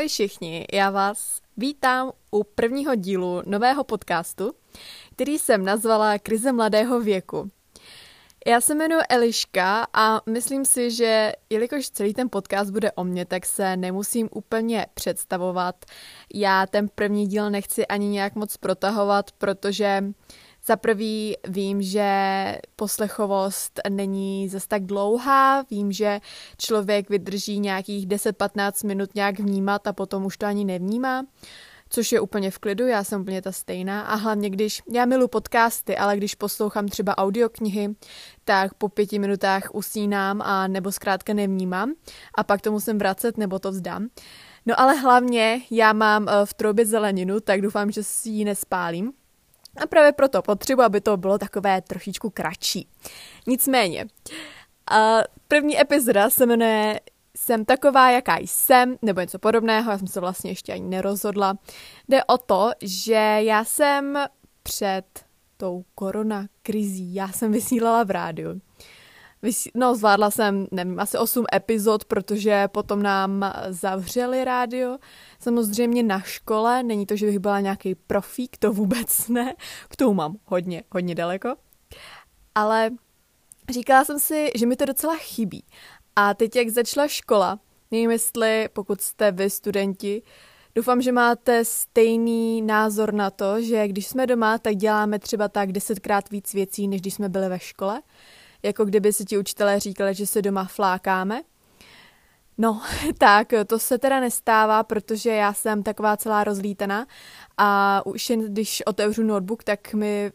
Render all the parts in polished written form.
Ahoj všichni, já vás vítám u prvního dílu nového podcastu, který jsem nazvala Krize mladého věku. Já se jmenuji Eliška a myslím si, že jelikož celý ten podcast bude o mně, tak se nemusím úplně představovat. Já ten první díl nechci ani nějak moc protahovat, protože za prvý vím, že poslechovost není zas tak dlouhá, vím, že člověk vydrží nějakých 10-15 minut nějak vnímat a potom už to ani nevnímá, což je úplně v klidu, já jsem úplně ta stejná a hlavně já miluji podcasty, ale když poslouchám třeba audioknihy, tak po 5 minutách usínám a nebo zkrátka nevnímám a pak to musím vracet nebo to vzdám. No ale hlavně já mám v troubě zeleninu, tak doufám, že si ji nespálím. A právě proto potřebuji, aby to bylo takové trošičku kratší. Nicméně, první epizoda se jmenuje Jsem taková, jaká jsem, nebo něco podobného, já jsem se vlastně ještě ani nerozhodla. Jde o to, že já jsem před tou koronakrizí, já jsem vysílala v rádiu. Zvládla jsem, nevím, asi 8 epizod, protože potom nám zavřeli rádio. Samozřejmě na škole, není to, že bych byla nějaký profík, to vůbec ne. K tomu mám hodně daleko. Ale říkala jsem si, že mi to docela chybí. A teď, jak začala škola, nevím, jestli, pokud jste vy studenti, doufám, že máte stejný názor na to, že když jsme doma, tak děláme třeba tak 10krát víc věcí, než když jsme byli ve škole. Jako kdyby si ti učitelé říkali, že se doma flákáme. No, tak to se teda nestává, protože já jsem taková celá rozlítaná a už jen když otevřu notebook, tak mi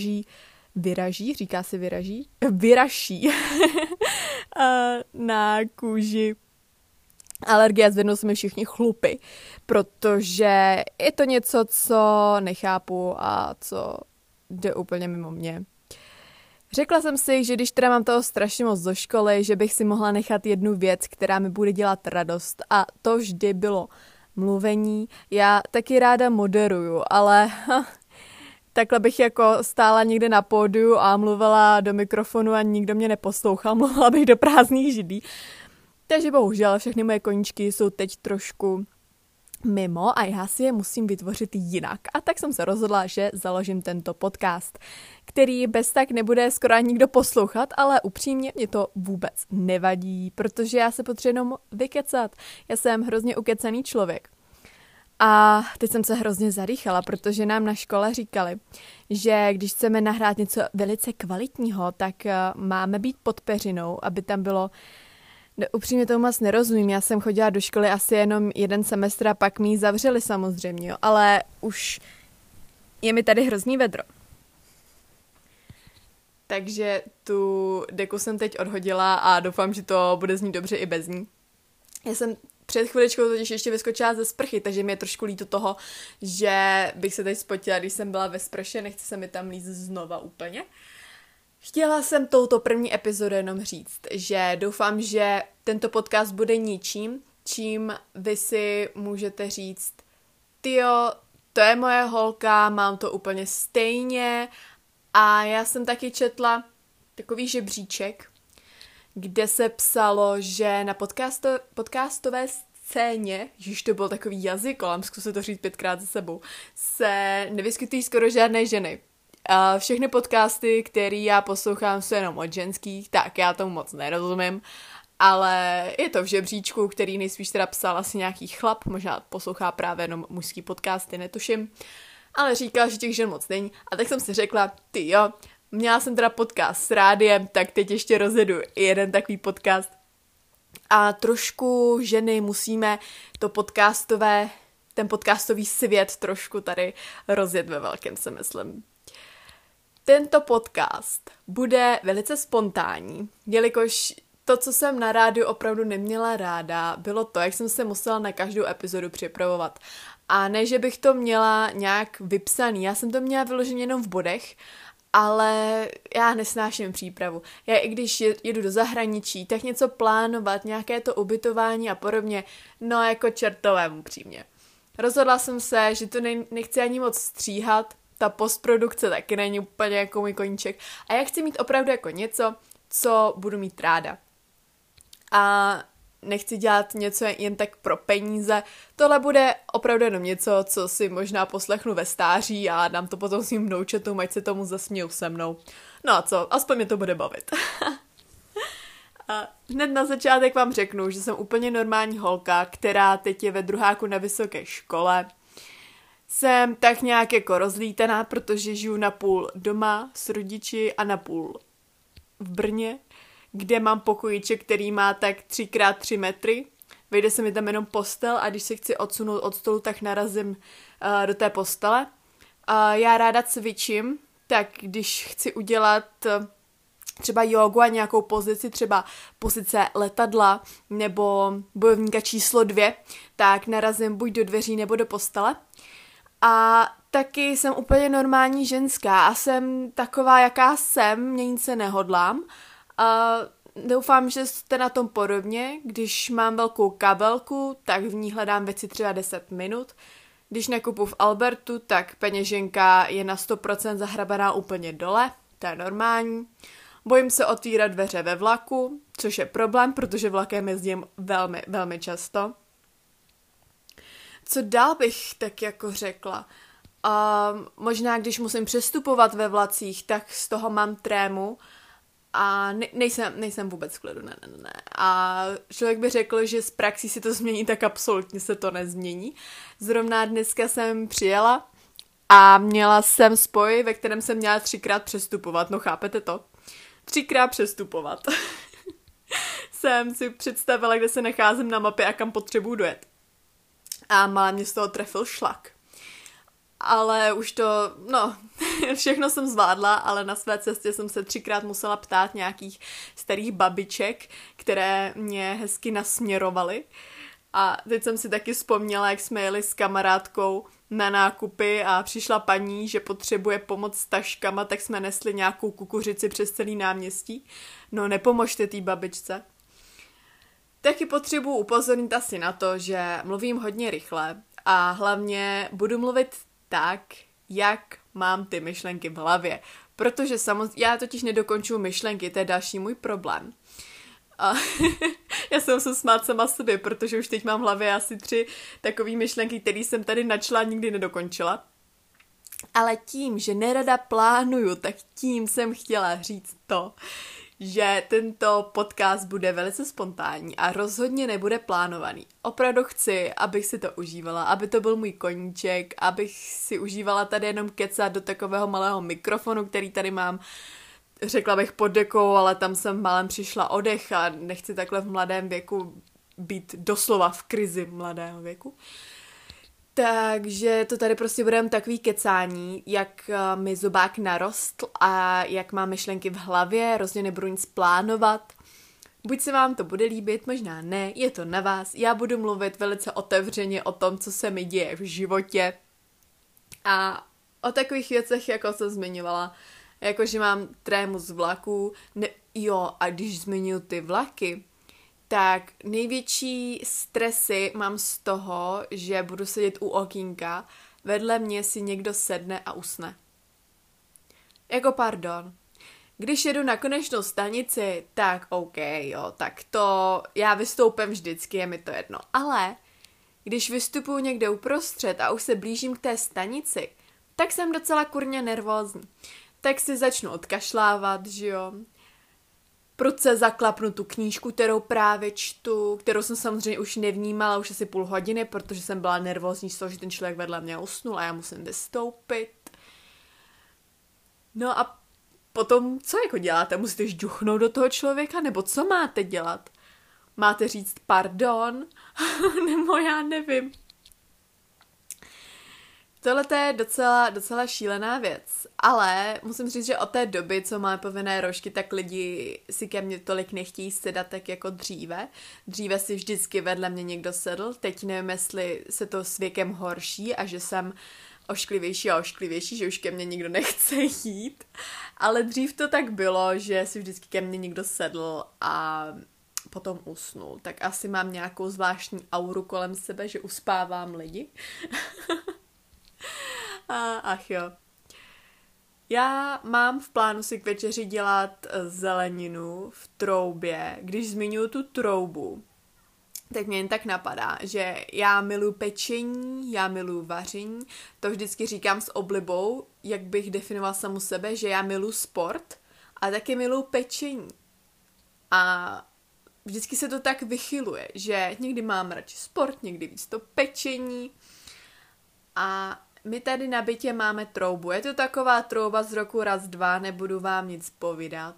vyraší na kůži alergie a zvednou se mi všichni chlupy, protože je to něco, co nechápu a co jde úplně mimo mě. Řekla jsem si, že když teda mám toho strašně moc do školy, že bych si mohla nechat jednu věc, která mi bude dělat radost a to vždy bylo mluvení. Já taky ráda moderuju, ale takhle bych jako stála někde na pódiu a mluvila do mikrofonu a nikdo mě neposlouchal, mluvila bych do prázdných židlí. Takže bohužel všechny moje koníčky jsou teď trošku mimo a já si je musím vytvořit jinak. A tak jsem se rozhodla, že založím tento podcast, který bez tak nebude skoro ani nikdo poslouchat, ale upřímně mě to vůbec nevadí, protože já se potřebuji jenom vykecat. Já jsem hrozně ukecaný člověk. A teď jsem se hrozně zadýchala, protože nám na škole říkali, že když chceme nahrát něco velice kvalitního, tak máme být pod peřinou, aby tam bylo. Upřímně tomu moc nerozumím, já jsem chodila do školy asi jenom 1 semestr a pak mi ji zavřeli samozřejmě, ale už je mi tady hrozný vedro. Takže tu deku jsem teď odhodila a doufám, že to bude znít dobře i bez ní. Já jsem před chviličkou totiž ještě vyskočila ze sprchy, takže mi je trošku líto toho, že bych se teď spotila, když jsem byla ve sprše, nechci se mi tam lízt znova úplně. Chtěla jsem touto první epizodu jenom říct, že doufám, že tento podcast bude ničím, čím vy si můžete říct, tyjo, to je moje holka, mám to úplně stejně a já jsem taky četla takový žebříček, kde se psalo, že na podcastové scéně, již to byl takový jazyk, ale zkusit to říct 5krát za sebou, se nevyskytují skoro žádné ženy. Všechny podcasty, které já poslouchám, jsou jenom od ženských, tak já tomu moc nerozumím, ale je to v žebříčku, který nejspíš teda psal asi nějaký chlap, možná poslouchá právě jenom mužský podcasty, netuším, ale říkal, že těch žen moc není a tak jsem si řekla, ty jo, měla jsem teda podcast s rádiem, tak teď ještě rozjedu jeden takový podcast a trošku ženy musíme ten podcastový svět trošku tady rozjet ve velkém, si myslím. Tento podcast bude velice spontánní, jelikož to, co jsem na rádiu opravdu neměla ráda, bylo to, jak jsem se musela na každou epizodu připravovat. A ne, že bych to měla nějak vypsaný, já jsem to měla vyloženě jenom v bodech, ale já nesnáším přípravu. Já i když jedu do zahraničí, tak něco plánovat, nějaké to ubytování a podobně, no jako čertové upřímně. Rozhodla jsem se, že to nechci ani moc stříhat, ta postprodukce taky není úplně jako můj koníček. A já chci mít opravdu jako něco, co budu mít ráda. A nechci dělat něco jen tak pro peníze. Tohle bude opravdu jenom něco, co si možná poslechnu ve stáří a dám to potom svým vnoučatům, ať se tomu zasmějou se mnou. No a co, aspoň mě to bude bavit. A hned na začátek vám řeknu, že jsem úplně normální holka, která teď je ve druháku na vysoké škole. Jsem tak nějak jako rozlítaná, protože žiju napůl doma s rodiči a napůl v Brně, kde mám pokojíček, který má tak 3x3 metry. Vejde se mi tam jenom postel a když se chci odsunout od stolu, tak narazím do té postele. Já ráda cvičím, tak když chci udělat třeba jogu a nějakou pozici, třeba pozice letadla nebo bojovníka číslo 2, tak narazím buď do dveří nebo do postele. A taky jsem úplně normální ženská a jsem taková, jaká jsem, měnit se nehodlám. A doufám, že jste na tom podobně. Když mám velkou kabelku, tak v ní hledám věci třeba 10 minut. Když nakupu v Albertu, tak peněženka je na 100% zahrabaná úplně dole, to je normální. Bojím se otvírat dveře ve vlaku, což je problém, protože vlakem jezdím velmi, velmi často. Co dál bych tak jako řekla? Možná když musím přestupovat ve vlacích, tak z toho mám trému a nejsem vůbec v klidu, ne. A člověk by řekl, že z praxí si to změní, tak absolutně se to nezmění. Zrovna dneska jsem přijela a měla jsem spoj, ve kterém jsem měla 3x přestupovat, no chápete to? 3x přestupovat. Jsem si představila, kde se nacházím na mapě a kam potřebuji dojet. A malé mě z toho trefil šlak. Ale už to, všechno jsem zvládla, ale na své cestě jsem se 3x musela ptát nějakých starých babiček, které mě hezky nasměrovaly. A teď jsem si taky vzpomněla, jak jsme jeli s kamarádkou na nákupy a přišla paní, že potřebuje pomoc s taškama, tak jsme nesli nějakou kukuřici přes celý náměstí. No nepomožte té babičce. Taky potřebuji upozornit asi na to, že mluvím hodně rychle a hlavně budu mluvit tak, jak mám ty myšlenky v hlavě. Protože já totiž nedokončuju myšlenky, to je další můj problém. A já se musím smát sama sobě, protože už teď mám v hlavě asi 3 takové myšlenky, které jsem tady načala a nikdy nedokončila. Ale tím, že nerada plánuju, tak tím jsem chtěla říct to, že tento podcast bude velice spontánní a rozhodně nebude plánovaný. Opravdu chci, abych si to užívala, aby to byl můj koníček, abych si užívala tady jenom kecat do takového malého mikrofonu, který tady mám, řekla bych pod dekou, ale tam jsem málem přišla o dech a nechci takhle v mladém věku být doslova v krizi mladého věku. Takže to tady prostě budeme takový kecání, jak mi zobák narostl a jak mám myšlenky v hlavě, rozhodně nebudu nic plánovat. Buď se vám to bude líbit, možná ne, je to na vás. Já budu mluvit velice otevřeně o tom, co se mi děje v životě a o takových věcech, jako jsem zmiňovala, jako že mám trému z vlaků. A když zmiňuji ty vlaky, tak největší stresy mám z toho, že budu sedět u okýnka, vedle mě si někdo sedne a usne. Jako pardon. Když jedu na konečnou stanici, tak OK, tak to já vystoupím vždycky, je mi to jedno. Ale když vystupuji někde uprostřed a už se blížím k té stanici, tak jsem docela kurně nervózní. Tak si začnu odkašlávat, že jo. Proč zaklapnu tu knížku, kterou právě čtu, kterou jsem samozřejmě už nevnímala už asi půl hodiny, protože jsem byla nervózní z toho, že ten člověk vedle mě usnul a já musím vystoupit. No a potom, co jako děláte? Musíte žduchnout do toho člověka? Nebo co máte dělat? Máte říct pardon? Nebo já nevím. Tohle je docela šílená věc, ale musím říct, že od té doby, co máme povinné roušky, tak lidi si ke mně tolik nechtějí sedat tak jako dříve. Dříve si vždycky vedle mě někdo sedl, teď nevím, jestli se to s věkem horší a že jsem ošklivější a ošklivější, že už ke mně nikdo nechce jít, ale dřív to tak bylo, že si vždycky ke mně někdo sedl a potom usnul, tak asi mám nějakou zvláštní auru kolem sebe, že uspávám lidi. Ach jo. Já mám v plánu si k večeři dělat zeleninu v troubě. Když zmiňuji tu troubu, tak mě jen tak napadá, že já miluji pečení, já miluji vaření, to vždycky říkám s oblibou, jak bych definovala samu sebe, že já miluji sport a taky miluji pečení. A vždycky se to tak vychyluje, že někdy mám radši sport, někdy víc to pečení. A my tady na bytě máme troubu. Je to taková trouba z roku raz, dva, nebudu vám nic povídat.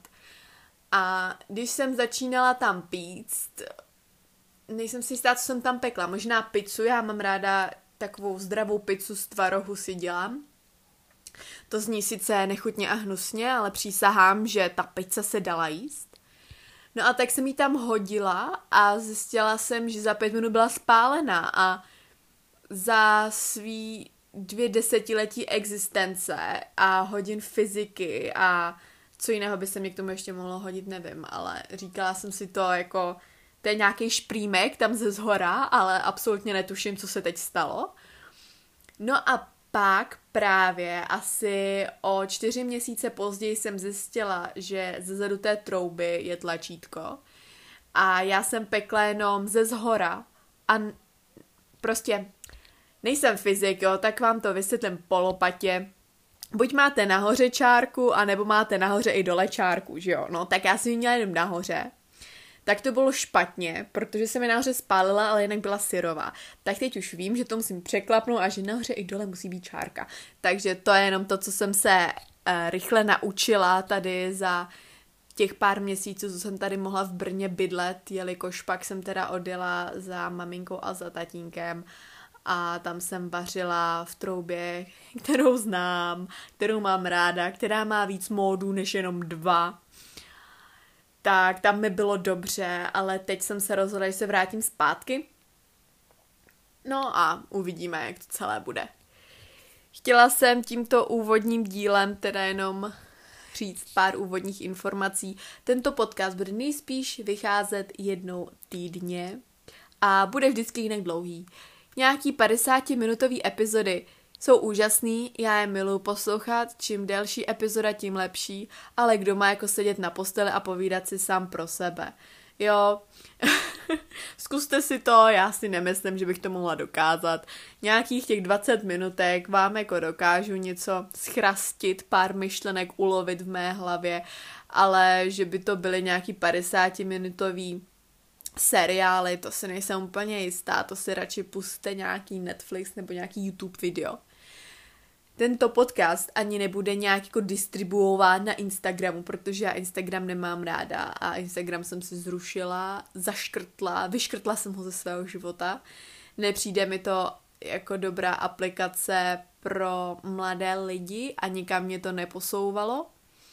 A když jsem začínala tam píct, nejsem si jistá, co jsem tam pekla. Možná pizzu, já mám ráda takovou zdravou pizzu z tvarohu si dělám. To zní sice nechutně a hnusně, ale přísahám, že ta pizza se dala jíst. No a tak jsem ji tam hodila a zjistila jsem, že za 5 minut byla spálená a za svý 2 desetiletí existence a hodin fyziky a co jiného by se mě k tomu ještě mohlo hodit, nevím, ale říkala jsem si to jako, to je nějaký šprýmek tam ze zhora, ale absolutně netuším, co se teď stalo. No a pak právě asi o 4 měsíce později jsem zjistila, že zezadu té trouby je tlačítko a já jsem pekla jenom ze zhora a prostě nejsem fyzik, jo, tak vám to vysvětlím po lopatě. Buď máte nahoře čárku, anebo máte nahoře i dole čárku, že jo, no, tak já jsem ji měla jenom nahoře. Tak to bylo špatně, protože jsem je nahoře spálila, ale jinak byla syrová. Tak teď už vím, že to musím překlapnout a že nahoře i dole musí být čárka. Takže to je jenom to, co jsem se rychle naučila tady za těch pár měsíců, co jsem tady mohla v Brně bydlet, jelikož pak jsem teda odjela za maminkou a za tatínkem a tam jsem vařila v troubě, kterou znám, kterou mám ráda, která má víc módů než jenom 2. Tak tam mi bylo dobře, ale teď jsem se rozhodla, že se vrátím zpátky. No a uvidíme, jak to celé bude. Chtěla jsem tímto úvodním dílem teda jenom říct pár úvodních informací. Tento podcast bude nejspíš vycházet jednou týdně a bude vždycky jinak dlouhý. Nějaký 50-minutový epizody jsou úžasný, já je miluji poslouchat, čím delší epizoda, tím lepší, ale kdo má jako sedět na posteli a povídat si sám pro sebe. Jo, zkuste si to, já si nemyslím, že bych to mohla dokázat. Nějakých těch 20 minutek vám jako dokážu něco schrastit, pár myšlenek ulovit v mé hlavě, ale že by to byly nějaký 50-minutový seriály, to si nejsem úplně jistá, to si radši pusťte nějaký Netflix nebo nějaký YouTube video. Tento podcast ani nebude nějak jako distribuován na Instagramu, protože já Instagram nemám ráda a Instagram jsem si zrušila, vyškrtla jsem ho ze svého života. Nepřijde mi to jako dobrá aplikace pro mladé lidi a nikam mě to neposouvalo.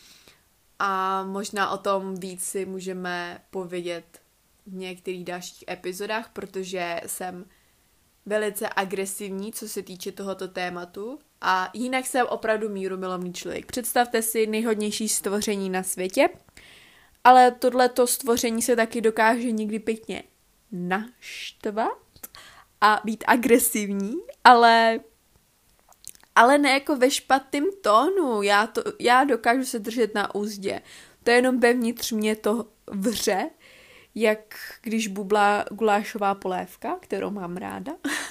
A možná o tom víc si můžeme povědět v některých dalších epizodách, protože jsem velice agresivní, co se týče tohoto tématu. A jinak jsem opravdu mírumilovný člověk. Představte si nejhodnější stvoření na světě, ale tohleto stvoření se taky dokáže někdy pěkně naštvat a být agresivní, ale ne jako ve špatném tónu. Já dokážu se držet na úzdě. To je jenom vevnitř mě to vře, jak když bublá gulášová polévka, kterou mám ráda.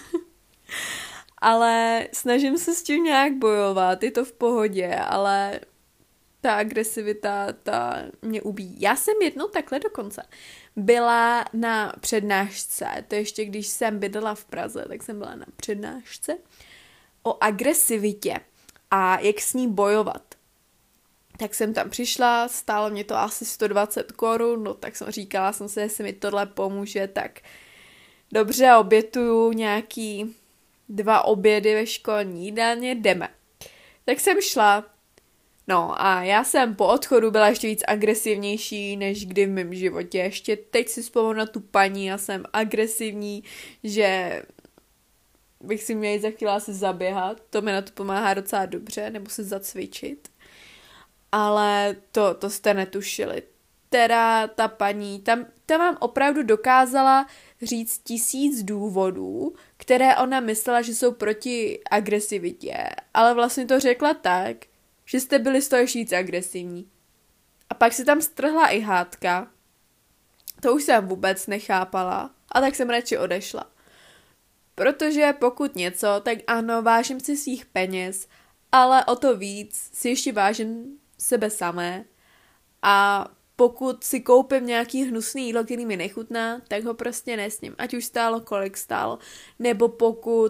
Ale snažím se s tím nějak bojovat, je to v pohodě, ale ta agresivita, ta mě ubíjí. Já jsem jednou takhle dokonce byla na přednášce, to ještě když jsem bydlela v Praze, tak jsem byla na přednášce o agresivitě a jak s ní bojovat. Tak jsem tam přišla, stálo mě to asi 120 korun, no tak jsem říkala jsem si, jestli mi tohle pomůže, tak dobře, obětuju nějaký 2 obědy ve školní jídelně, jdeme. Tak jsem šla, no a já jsem po odchodu byla ještě víc agresivnější, než kdy v mém životě. Ještě teď si vzpomínám na tu paní, já jsem agresivní, že bych si měla jít za chvíli asi zaběhat, to mi na to pomáhá docela dobře, nebo se zacvičit. Ale to jste netušili. Teda ta paní, tam vám opravdu dokázala říct 1000 důvodů, které ona myslela, že jsou proti agresivitě, ale vlastně to řekla tak, že jste byli z toho ještě víc agresivní. A pak se tam strhla i hádka, to už jsem vůbec nechápala, A tak jsem radši odešla. Protože pokud něco, tak ano, vážím si svých peněz, ale o to víc si ještě vážím sebe samé. A pokud si koupím nějaký hnusný jídlo, který mi nechutná, tak ho prostě nesním. Ať už stálo, kolik stálo. Nebo pokud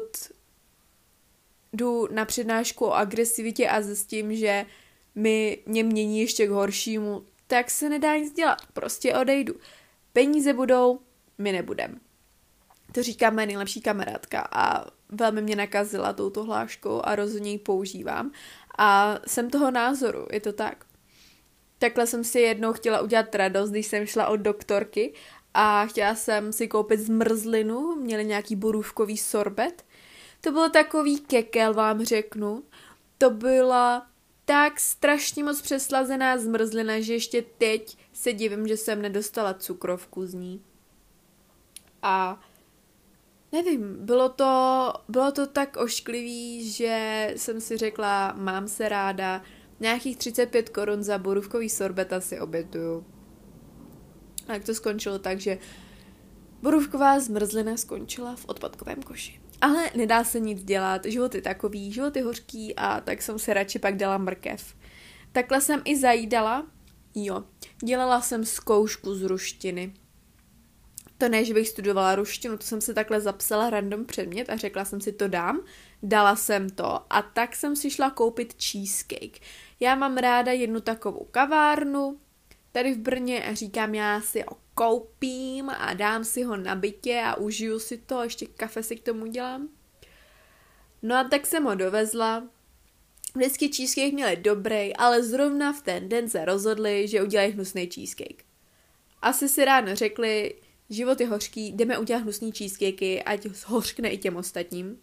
jdu na přednášku o agresivitě a zjistím, že mě mění ještě k horšímu, tak se nedá nic dělat. Prostě odejdu. Peníze budou, my nebudem. To říká mé nejlepší kamarádka a velmi mě nakazila touto hláškou a rozhodně ji používám. A jsem toho názoru, je to tak. Takhle jsem si jednou chtěla udělat radost, když jsem šla od doktorky a chtěla jsem si koupit zmrzlinu, měli nějaký borůvkový sorbet. To bylo takový kekel, vám řeknu. To byla tak strašně moc přeslazená zmrzlina, že ještě teď se divím, že jsem nedostala cukrovku z ní. A nevím, bylo to tak ošklivý, že jsem si řekla, mám se ráda, nějakých 35 korun za borůvkový sorbet asi obětuju. A jak to skončilo tak, že borůvková zmrzlina skončila v odpadkovém koši. Ale nedá se nic dělat, život je takový, život je hořký a tak jsem si radši pak dala mrkev. Takhle jsem i zajídala, dělala jsem zkoušku z ruštiny. To ne, že bych studovala ruštinu, to jsem se takhle zapsala random předmět a řekla jsem si to dám, dala jsem to a tak jsem si šla koupit cheesecake. Já mám ráda jednu takovou kavárnu tady v Brně a říkám, já si ho koupím a dám si ho na bytě a užiju si to, ještě kafe si k tomu dělám. No a tak jsem ho dovezla. Vždycky cheesecake měli dobrý, ale zrovna v ten den se rozhodli, že udělají hnusný cheesecake. Asi si ráno řekli, život je hořký, jdeme udělat hnusný cheesecakey, ať hořkne i těm ostatním.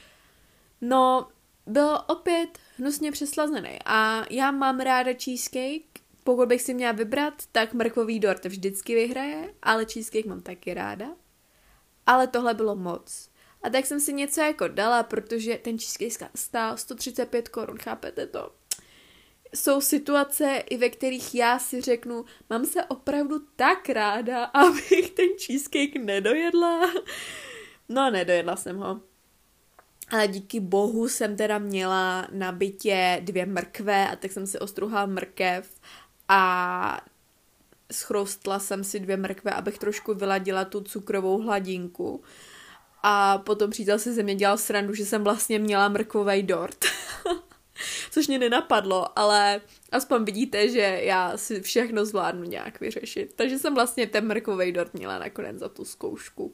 No, byl opět hnusně přeslazený a já mám ráda cheesecake, pokud bych si měla vybrat, tak mrkvový dort vždycky vyhraje, ale cheesecake mám taky ráda. Ale tohle bylo moc. A tak jsem si něco jako dala, protože ten cheesecake stál 135 korun, chápete to? Jsou situace, i ve kterých já si řeknu, mám se opravdu tak ráda, abych ten cheesecake nedojedla. No, nedojedla jsem ho. Ale díky bohu jsem teda měla na bytě 2 mrkve a tak jsem si ostruhala mrkev a schroustla jsem si 2 mrkve, abych trošku vyladila tu cukrovou hladinku. A potom přítel si ze mě dělal srandu, že jsem vlastně měla mrkvový dort. Což mě nenapadlo, ale aspoň vidíte, že já si všechno zvládnu nějak vyřešit. Takže jsem vlastně ten mrkvový dort měla nakonec za tu zkoušku.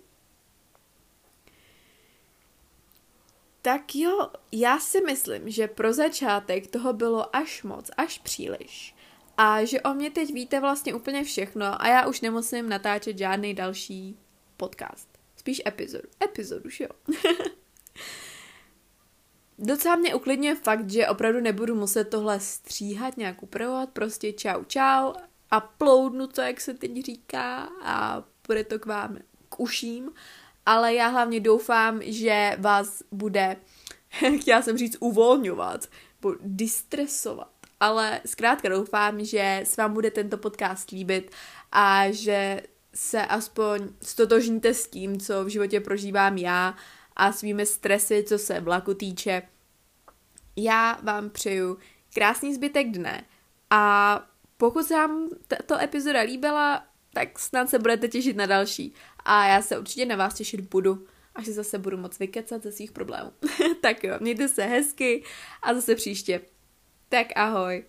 Tak jo, já si myslím, že pro začátek toho bylo až moc, až příliš. A že o mě teď víte vlastně úplně všechno a já už nemusím natáčet žádný další podcast. Spíš epizodu, že jo. Docela mě uklidňuje fakt, že opravdu nebudu muset tohle stříhat, nějak upravovat, prostě čau a ploudnu to, jak se teď říká a bude to k vám k uším, ale já hlavně doufám, že vás bude, chtěla jsem říct uvolňovat, distresovat, ale zkrátka doufám, že se vám bude tento podcast líbit a že se aspoň stotožníte s tím, co v životě prožívám já a svými stresy, co se vlaku týče. Já vám přeju krásný zbytek dne a pokud se vám tato epizoda líbila, tak snad se budete těšit na další. A já se určitě na vás těšit budu, až se zase budu moc vykecat ze svých problémů. Tak jo, mějte se hezky a zase příště. Tak ahoj.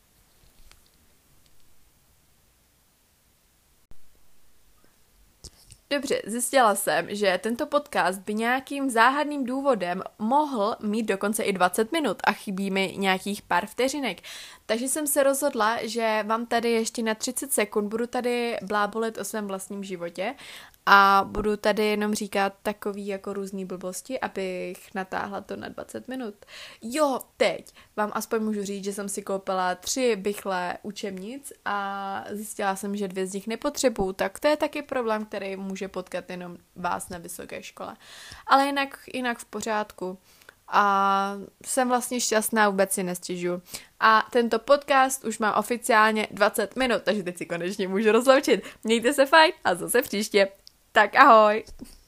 Dobře, zjistila jsem, že tento podcast by nějakým záhadným důvodem mohl mít dokonce i 20 minut a chybí mi nějakých pár vteřinek. Takže jsem se rozhodla, že vám tady ještě na 30 sekund budu tady blábolit o svém vlastním životě a budu tady jenom říkat takový jako různý blbosti, abych natáhla to na 20 minut. Jo, teď vám aspoň můžu říct, že jsem si koupila 3 bychlé učebnic a zjistila jsem, že 2 z nich nepotřebuju, tak to je taky problém, který může potkat jenom vás na vysoké škole. Ale jinak v pořádku. A jsem vlastně šťastná, vůbec si nestěžuju. A tento podcast už má oficiálně 20 minut, takže teď si konečně můžu rozloučit. Mějte se fajn a zase příště. Tak ahoj.